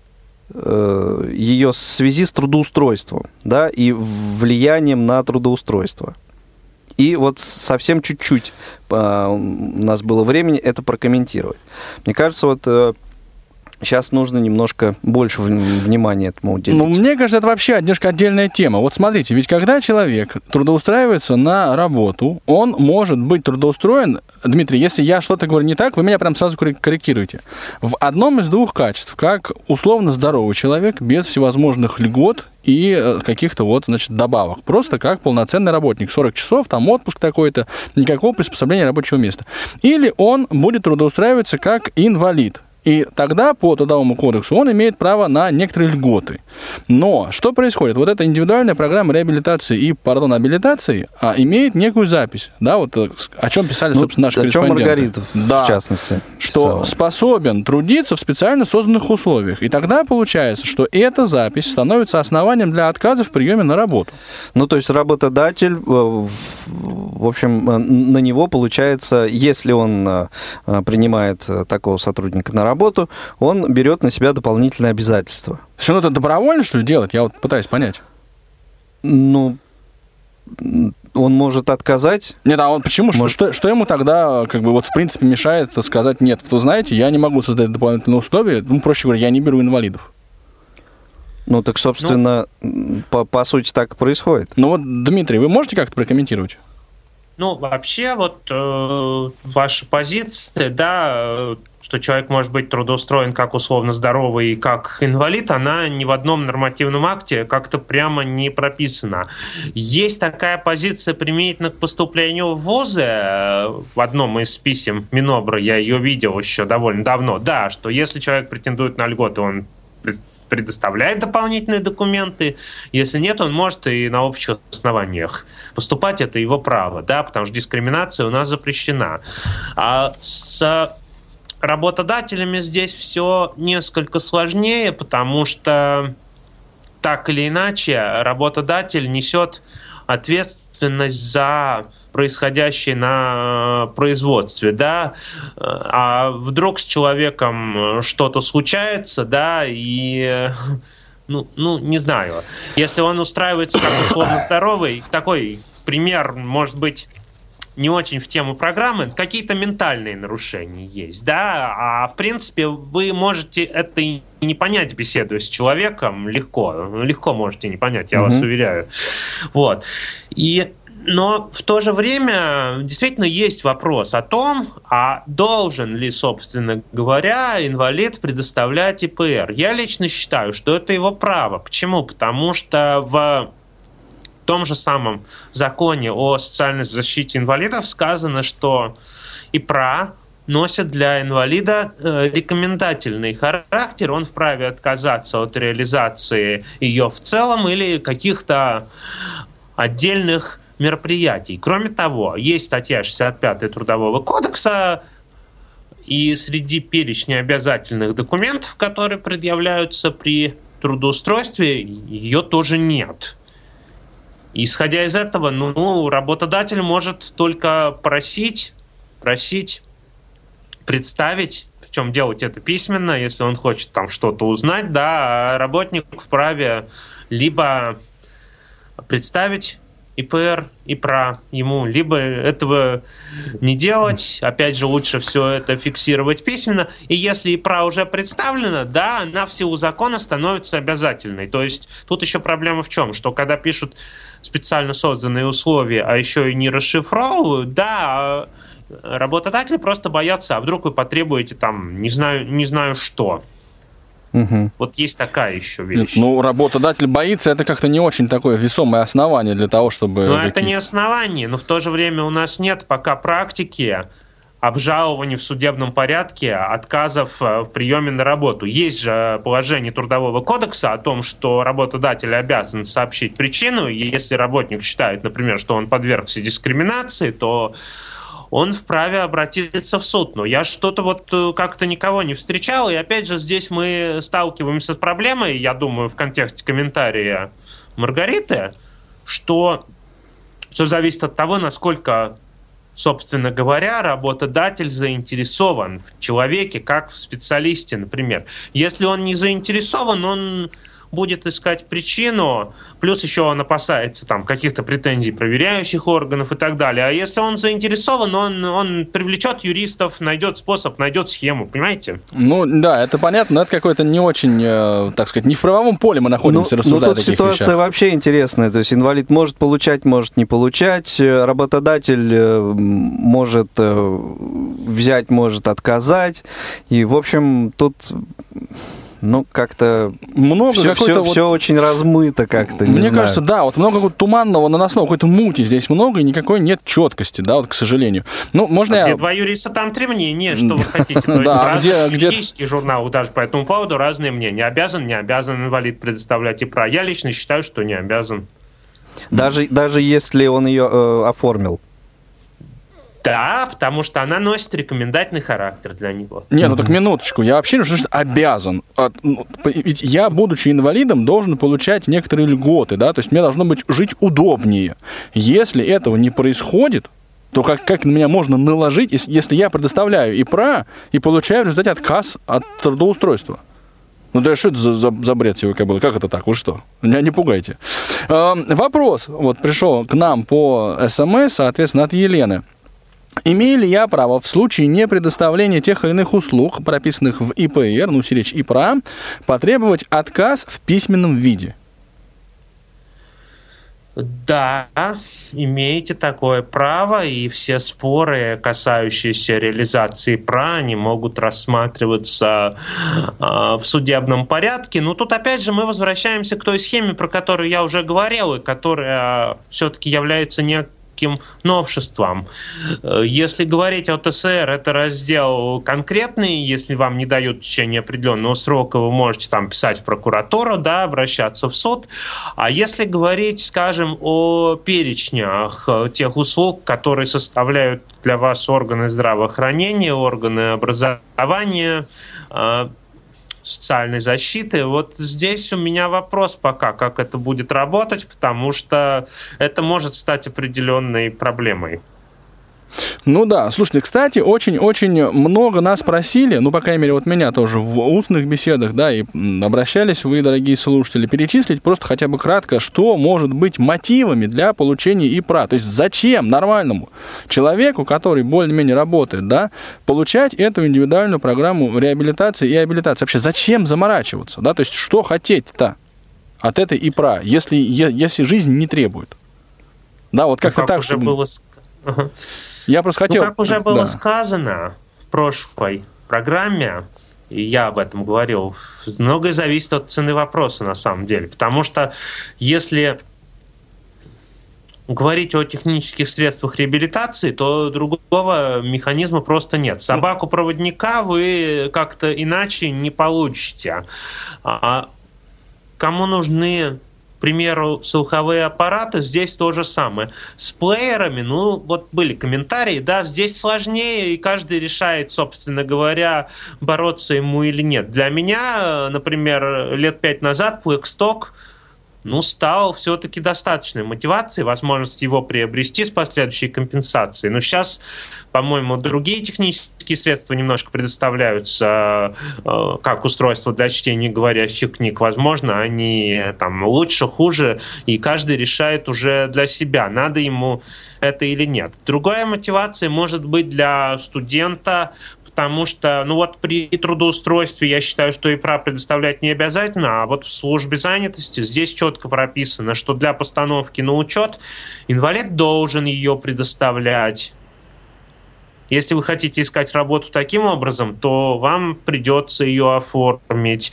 ее связи с трудоустройством, и влиянием на трудоустройство. И вот совсем чуть-чуть у нас было времени это прокомментировать. Мне кажется, вот сейчас нужно немножко больше внимания этому уделить. Мне кажется, это вообще немножко отдельная тема. Вот смотрите, ведь когда человек трудоустраивается на работу, он может быть трудоустроен, Дмитрий, если я что-то говорю не так, вы меня прям сразу корректируете, в одном из двух качеств, как условно здоровый человек, без всевозможных льгот и каких-то добавок. Просто как полноценный работник. 40 часов, там отпуск такой-то, никакого приспособления рабочего места. Или он будет трудоустраиваться как инвалид. И тогда по Трудовому кодексу он имеет право на некоторые льготы. Но что происходит? Вот эта индивидуальная программа реабилитации и, абилитации имеет некую запись. Да, вот о чем писали, собственно, наши корреспонденты. О чем Маргаритов, в частности. Что способен трудиться в специально созданных условиях. И тогда получается, что эта запись становится основанием для отказа в приеме на работу. То есть работодатель, в общем, на него получается, если он принимает такого сотрудника на работу, он берет на себя дополнительные обязательства. То есть он это добровольно, что ли, делает? Я вот пытаюсь понять. Он может отказать. Нет, а он почему? Что ему тогда, в принципе, мешает сказать: нет, вы знаете, я не могу создать дополнительные условия, проще говоря, я не беру инвалидов. Так, собственно, по сути, так и происходит. Дмитрий, вы можете как-то прокомментировать? Вообще, ваша позиция, что человек может быть трудоустроен как условно здоровый и как инвалид, она ни в одном нормативном акте как-то прямо не прописана. Есть такая позиция применительно к поступлению в вузы. В одном из писем Минобра я ее видел еще довольно давно. Что если человек претендует на льготы, он предоставляет дополнительные документы. Если нет, он может и на общих основаниях поступать. Это его право, потому что дискриминация у нас запрещена. А с работодателями здесь все несколько сложнее, потому что так или иначе работодатель несет ответственность за происходящее на производстве, а вдруг с человеком что-то случается, и не знаю, если он устраивается как условно здоровый, такой пример может быть не очень в тему программы, какие-то ментальные нарушения есть, а в принципе вы можете это и не понять, беседуя с человеком, легко можете не понять, я вас уверяю. Но в то же время действительно есть вопрос о том, должен ли, собственно говоря, инвалид предоставлять ИПР. Я лично считаю, что это его право. Почему? Потому что в том же самом законе о социальной защите инвалидов сказано, что ИПРА носит для инвалида рекомендательный характер, он вправе отказаться от реализации ее в целом или каких-то отдельных мероприятий. Кроме того, есть статья 65 Трудового кодекса, и среди перечня обязательных документов, которые предъявляются при трудоустройстве, ее тоже нет. Исходя из этого, работодатель может только просить представить, причем делать это письменно, если он хочет там что-то узнать, а работник вправе либо представить ИПР, ИПРА ему, либо этого не делать, опять же, лучше все это фиксировать письменно, и если ИПРА уже представлена, да, она в силу закона становится обязательной. То есть тут еще проблема в чем? Что когда пишут специально созданные условия, а еще и не расшифровывают, да, работодатели просто боятся, а вдруг вы потребуете там, не знаю что. Угу. Вот есть такая еще вещь. Ну, работодатель боится, это как-то не очень такое весомое основание для того, чтобы... Но это не основание, но в то же время у нас нет пока практики обжалований в судебном порядке отказов в приеме на работу. Есть же положение Трудового кодекса о том, что работодатель обязан сообщить причину, и если работник считает, например, что он подвергся дискриминации, то он вправе обратиться в суд. Но я что-то вот как-то никого не встречал, и опять же здесь мы сталкиваемся с проблемой, я думаю, в контексте комментария Маргариты, что все зависит от того, насколько, собственно говоря, работодатель заинтересован в человеке, как в специалисте, например. Если он не заинтересован, он будет искать причину, плюс еще он опасается там каких-то претензий проверяющих органов и так далее. А если он заинтересован, он привлечет юристов, найдет способ, найдет схему, понимаете? Ну да, это понятно, но это какой-то не очень, так сказать, не в правовом поле мы находимся, рассуждая о таких вещах. Тут ситуация вообще интересная, то есть инвалид может получать, может не получать, работодатель может взять, может отказать, и в общем тут... Ну, как-то много все очень размыто как-то, не Мне знаю. кажется, да, вот много какого-то туманного, наносного, какой-то мути здесь много, и никакой нет четкости, да, вот, к сожалению. Ну, можно где два юриста, там три мнения, что вы хотите. То есть разные юридические журналы даже по этому поводу разные мнения. Обязан, не обязан инвалид предоставлять ИПРА. Я лично считаю, что не обязан. Даже если он ее оформил? Да, потому что она носит рекомендательный характер для него. Не, ну так минуточку, я вообще не знаю, что обязан. Ведь я, будучи инвалидом, должен получать некоторые льготы, да, то есть мне должно быть жить удобнее. Если этого не происходит, то как на меня можно наложить, если я предоставляю ИПРА и получаю в результате отказ от трудоустройства? Ну да что это за бред сегодня был? Как это так? Вы что? Меня не пугайте. Вопрос вот пришел к нам по СМС, соответственно, от Елены. Имею ли я право в случае непредоставления тех или иных услуг, прописанных в ИПР, ну, речь ИПРА, потребовать отказ в письменном виде? Да, имеете такое право, и все споры, касающиеся реализации ИПРА, они могут рассматриваться в судебном порядке. Но тут опять же мы возвращаемся к той схеме, про которую я уже говорил, и которая все-таки является неким новшеством. Если говорить о ТСР, это раздел конкретный, если вам не дают в течение определенного срока, вы можете там писать в прокуратуру, да, обращаться в суд. А если говорить, скажем, о перечнях тех услуг, которые составляют для вас органы здравоохранения, органы образования, социальной защиты. Вот здесь у меня вопрос пока, как это будет работать, потому что это может стать определенной проблемой. Ну да, слушайте, кстати, очень-очень много нас просили, ну, по крайней мере, вот меня тоже в устных беседах, да, и обращались вы, дорогие слушатели, перечислить просто хотя бы кратко, что может быть мотивами для получения ИПРА. То есть зачем нормальному человеку, который более-менее работает, да, получать эту индивидуальную программу реабилитации и абилитации? Вообще зачем заморачиваться, да, то есть что хотеть-то от этой ИПРА, если жизнь не требует? Да, вот как-то так, чтобы... было... Я просто хотел... как уже было сказано в прошлой программе, и я об этом говорил, многое зависит от цены вопроса на самом деле. Потому что если говорить о технических средствах реабилитации, то другого механизма просто нет. Собаку-проводника вы как-то иначе не получите. Кому нужны... К примеру, слуховые аппараты, здесь то же самое. С плеерами, ну, вот были комментарии, да, здесь сложнее, и каждый решает, собственно говоря, бороться ему или нет. Для меня, например, лет 5 назад Blackstock стал все-таки достаточной мотивацией, возможность его приобрести с последующей компенсацией. Но сейчас, по-моему, другие технические средства немножко предоставляются, как устройство для чтения говорящих книг. Возможно, они там лучше, хуже, и каждый решает уже для себя, надо ему это или нет. Другая мотивация может быть для студента, потому что, при трудоустройстве я считаю, что ИПРА предоставлять не обязательно, а вот в службе занятости здесь четко прописано, что для постановки на учет инвалид должен ее предоставлять. Если вы хотите искать работу таким образом, то вам придется ее оформить.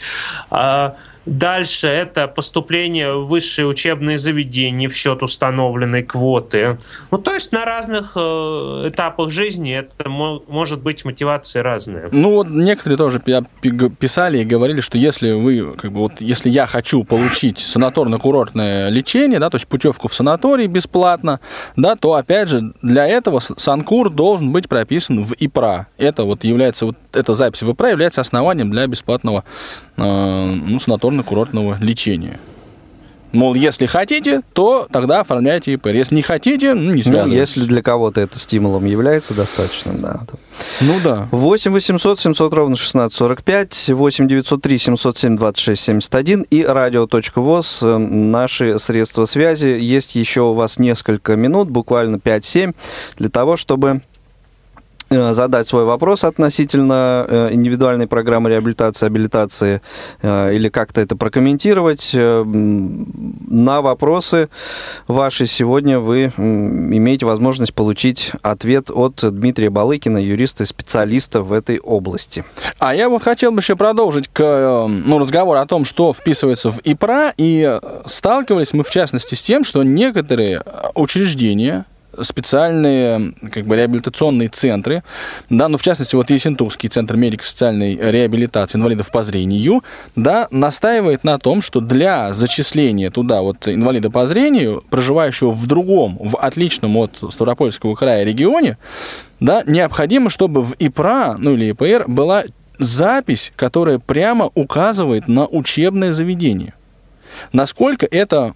Дальше это поступление в высшие учебные заведения в счет установленной квоты. То есть на разных этапах жизни это может быть мотивация разная. Некоторые тоже писали и говорили, что если вы, если я хочу получить санаторно-курортное лечение, да, то есть путевку в санаторий бесплатно, да, то опять же для этого санкур должен быть прописан в ИПРА. Это является, эта запись в ИПРА является основанием для бесплатного санаторно-курортного лечения. Мол, если хотите, то тогда оформляйте ИПР. Если не хотите, не связывайтесь. Если для кого-то это стимулом является достаточным, да. 8 800 700 ровно 1645, 8 903 707 26 71 и радио.воз, наши средства связи. Есть еще у вас несколько минут, буквально 5-7, для того, чтобы задать свой вопрос относительно индивидуальной программы реабилитации, абилитации или как-то это прокомментировать. На вопросы ваши сегодня вы имеете возможность получить ответ от Дмитрия Балыкина, юриста и специалиста в этой области. А я хотел бы еще продолжить разговор о том, что вписывается в ИПРА, и сталкивались мы в частности с тем, что некоторые учреждения, специальные реабилитационные центры, да, в частности, Ессентукский центр медико-социальной реабилитации инвалидов по зрению, да, настаивает на том, что для зачисления туда инвалида по зрению, проживающего в другом, в отличном от Ставропольского края регионе, да, необходимо, чтобы в ИПРА, или ИПР, была запись, которая прямо указывает на учебное заведение. Насколько это,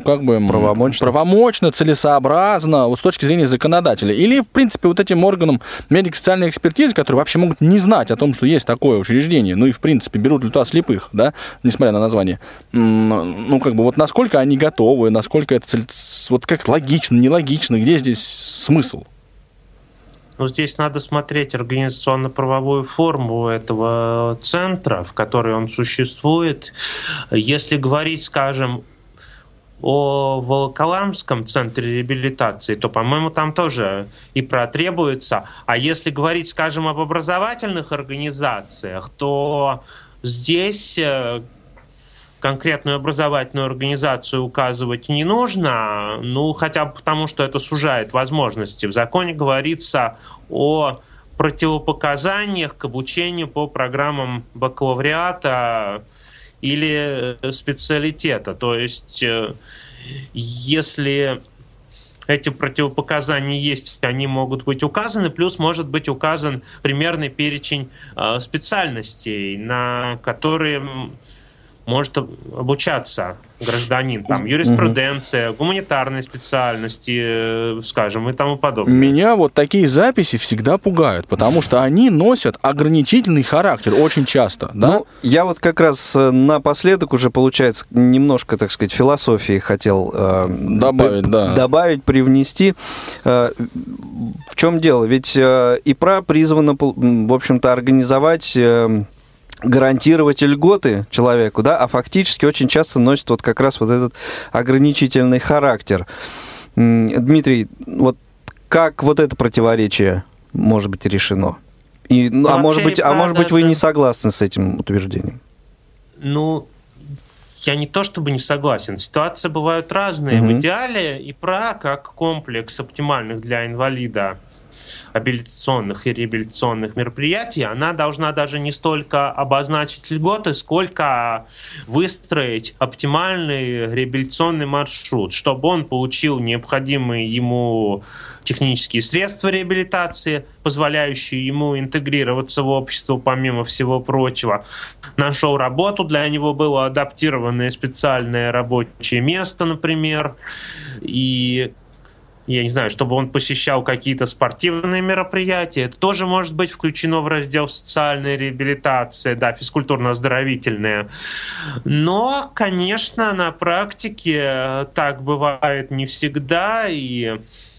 правомочно, целесообразно, с точки зрения законодателя. Или, в принципе, этим органам медико-социальной экспертизы, которые вообще могут не знать о том, что есть такое учреждение, и, в принципе, берут ли туда слепых, да, несмотря на название. Насколько они готовы, насколько это как логично, нелогично, где здесь смысл? Здесь надо смотреть организационно-правовую форму этого центра, в которой он существует. Если говорить, скажем, о Волоколамском центре реабилитации, то, по-моему, там тоже ИПРА требуется. А если говорить, скажем, об образовательных организациях, то здесь конкретную образовательную организацию указывать не нужно, хотя бы потому, что это сужает возможности. В законе говорится о противопоказаниях к обучению по программам бакалавриата или специалитета. То есть, если эти противопоказания есть, они могут быть указаны, плюс может быть указан примерный перечень специальностей, на которые может обучаться гражданин, юриспруденция, гуманитарные специальности, скажем, и тому подобное. Меня такие записи всегда пугают, потому что они носят ограничительный характер очень часто, да? Я как раз напоследок уже, получается, немножко, так сказать, философии хотел добавить, привнести. В чем дело? Ведь ИПРА призвана, в общем-то, организовать, гарантировать льготы человеку, да, а фактически очень часто носит как раз этот ограничительный характер. Дмитрий, как это противоречие может быть решено? А может быть, вы не согласны с этим утверждением? Я не то чтобы не согласен. Ситуации бывают разные. В идеале ИПРА, как комплекс оптимальных для инвалида абилитационных и реабилитационных мероприятий, она должна даже не столько обозначить льготы, сколько выстроить оптимальный реабилитационный маршрут, чтобы он получил необходимые ему технические средства реабилитации, позволяющие ему интегрироваться в общество, помимо всего прочего, нашел работу, для него было адаптированное специальное рабочее место, например, и я не знаю, чтобы он посещал какие-то спортивные мероприятия. Это тоже может быть включено в раздел социальной реабилитации, да, физкультурно-оздоровительная. Но, конечно, на практике так бывает не всегда, и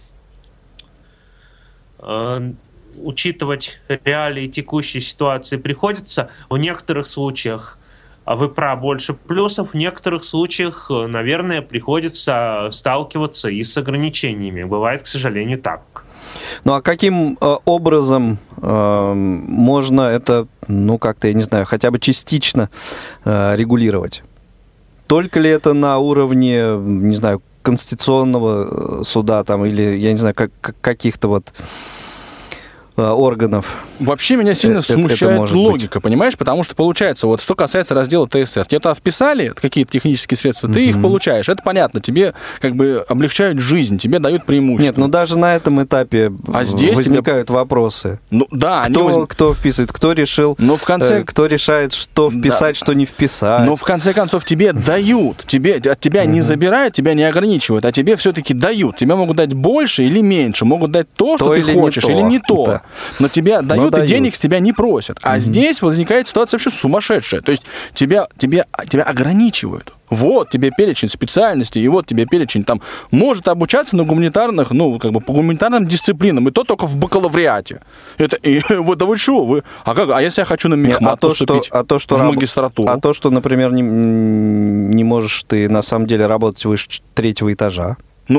учитывать реалии текущей ситуации приходится. В некоторых случаях больше плюсов, в некоторых случаях, наверное, приходится сталкиваться и с ограничениями. Бывает, к сожалению, так. Ну а каким образом можно это, как-то, я не знаю, хотя бы частично регулировать? Только ли это на уровне, не знаю, Конституционного суда там, или, я не знаю, каких-то органов? Вообще меня сильно смущает логика, понимаешь? Потому что получается, что касается раздела ТСР, тебе туда вписали какие-то технические средства, ты их получаешь, это понятно, тебе облегчают жизнь, тебе дают преимущество. Нет, даже на этом этапе возникают вопросы. Кто вписывает, кто решил, кто решает, что вписать, что не вписать. Но в конце концов тебе дают, от тебя не забирают, тебя не ограничивают, а тебе все-таки дают. Тебе могут дать больше или меньше, могут дать то, что ты хочешь, или не то. Да. Но тебе дают, и денег с тебя не просят. А здесь возникает ситуация вообще сумасшедшая. То есть тебя ограничивают. Вот тебе перечень специальностей, и вот тебе перечень, может обучаться на гуманитарных, по гуманитарным дисциплинам, и то только в бакалавриате. Да вы что? А если я хочу на мехмат поступить в магистратуру? А то, что, например, не можешь ты на самом деле работать выше 3-го этажа.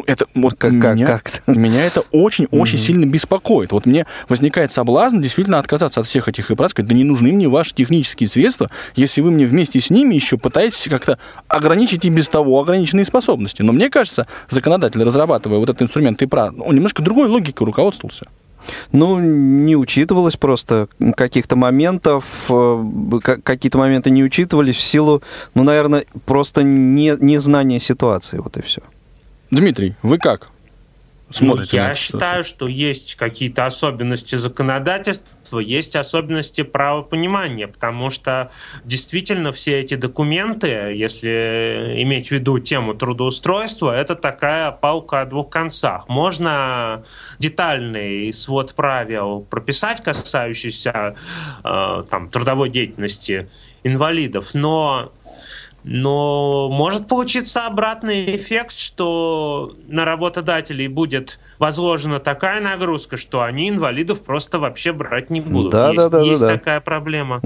Меня это очень-очень сильно беспокоит. Мне возникает соблазн действительно отказаться от всех этих ИПРА, сказать, да не нужны мне ваши технические средства, если вы мне вместе с ними еще пытаетесь как-то ограничить и без того ограниченные способности. Но мне кажется, законодатель, разрабатывая этот инструмент ИПРА, он немножко другой логикой руководствовался. Не учитывалось просто каких-то моментов, какие-то моменты не учитывались в силу, наверное, просто незнания ситуации, и все. Дмитрий, вы как смотрите? Я считаю, что есть какие-то особенности законодательства, есть особенности правопонимания, потому что действительно все эти документы, если иметь в виду тему трудоустройства, это такая палка о двух концах. Можно детальный свод правил прописать, касающийся трудовой деятельности инвалидов, но может получиться обратный эффект, что на работодателей будет возложена такая нагрузка, что они инвалидов просто вообще брать не будут. Есть такая проблема.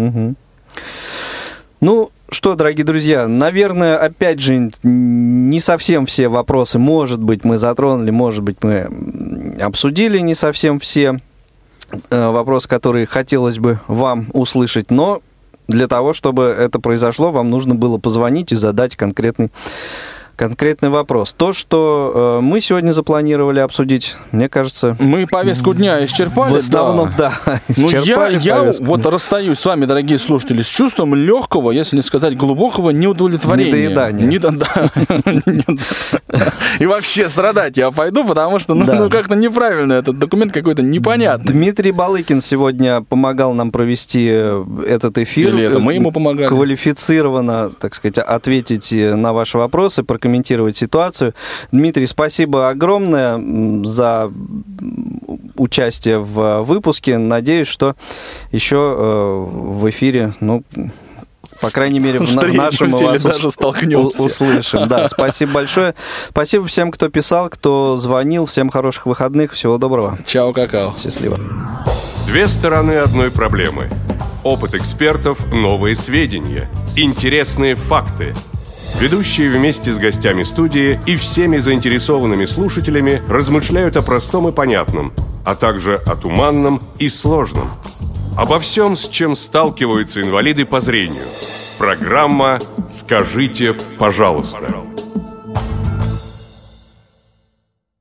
Что, дорогие друзья, наверное, опять же, не совсем все вопросы, может быть, мы затронули, может быть, мы обсудили не совсем все вопросы, которые хотелось бы вам услышать, но для того, чтобы это произошло, вам нужно было позвонить и задать конкретный вопрос. То, что мы сегодня запланировали обсудить, мне кажется... Мы повестку дня исчерпали. В основном, да. Я расстаюсь с вами, дорогие слушатели, с чувством легкого, если не сказать глубокого неудовлетворения. Недоедания. И вообще страдать я пойду, потому что как-то неправильно этот документ какой-то непонятный. Дмитрий Балыкин сегодня помогал нам провести этот эфир. Или это мы ему помогали. Квалифицированно, так сказать, ответить на ваши вопросы, комментировать ситуацию. Дмитрий, спасибо огромное за участие в выпуске. Надеюсь, что еще в эфире, по крайней мере, в нашем вас даже столкнемся. Услышим. Да, спасибо большое. Спасибо всем, кто писал, кто звонил. Всем хороших выходных. Всего доброго. Чао, какао. Счастливо. Две стороны одной проблемы. Опыт экспертов, новые сведения, интересные факты. Ведущие вместе с гостями студии и всеми заинтересованными слушателями размышляют о простом и понятном, а также о туманном и сложном. Обо всем, с чем сталкиваются инвалиды по зрению. Программа «Скажите, пожалуйста».